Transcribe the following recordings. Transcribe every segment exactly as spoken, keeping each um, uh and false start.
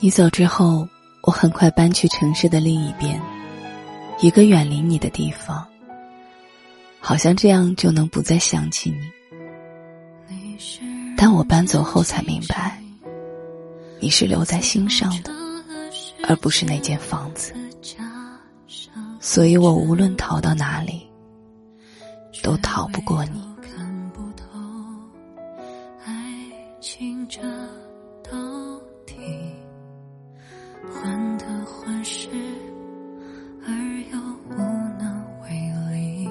你走之后，我很快搬去城市的另一边，一个远离你的地方，好像这样就能不再想起你。但我搬走后才明白，你是留在心上的，而不是那间房子。所以我无论逃到哪里，都逃不过你。 这到底患得患失，而又无能为力。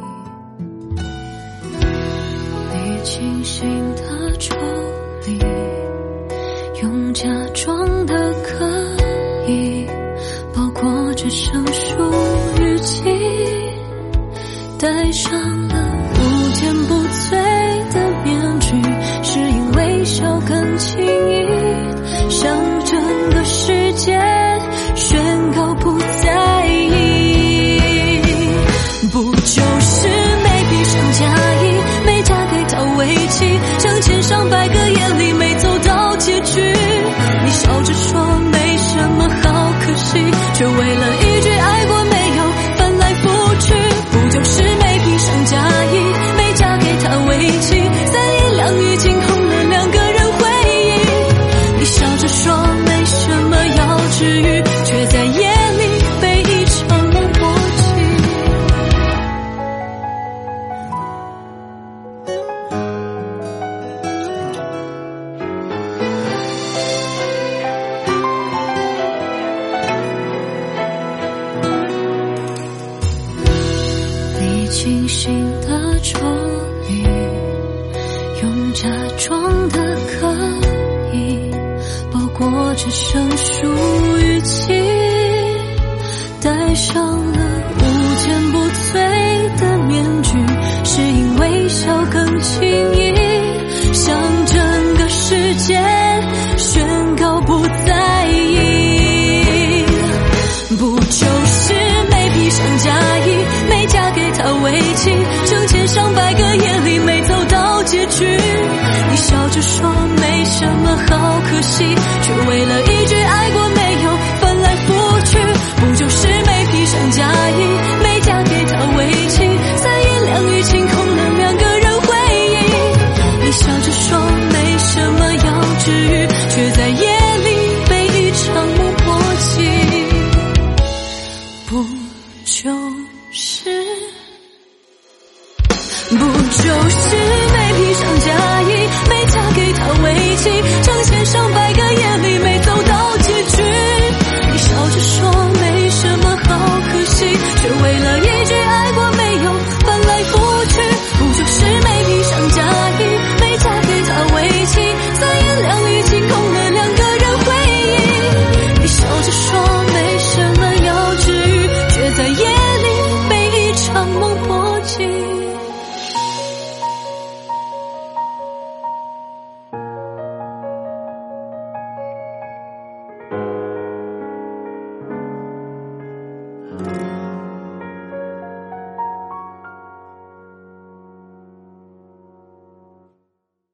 你精心的处理，用假装的刻意包裹着生疏语气，戴上了无坚不摧的面具，是因为笑更轻易，向整个世界宣告不在意。不就是没披上嫁衣，没嫁给他为妻，成千上百个夜里没走到结局。你笑着说没什么好可惜，却为了一句爱过没有翻来覆去。不就是没披上嫁衣，没嫁给他为妻，三言两语惊红了两个人回忆。你笑着说没什么要治愈，却在夜里被一场梦波及。你精心的处理，用假装的刻意包裹着生疏语气，戴上了无坚不摧的面具，是因为笑更轻易，向整个世界宣告不在意。不就是没披上嫁衣，没嫁给他为妻，成千上百个夜里没走到结局。你笑着说没什么好可惜，却为了一句爱过没有翻来覆去。不就是没披上嫁衣，没嫁给他为妻，三言两语惊红了两个人回忆。你笑着说没什么要治愈，却在夜里被一场梦波及。不就是不就是没披上嫁衣，没嫁给他为妻，成千上百个夜里没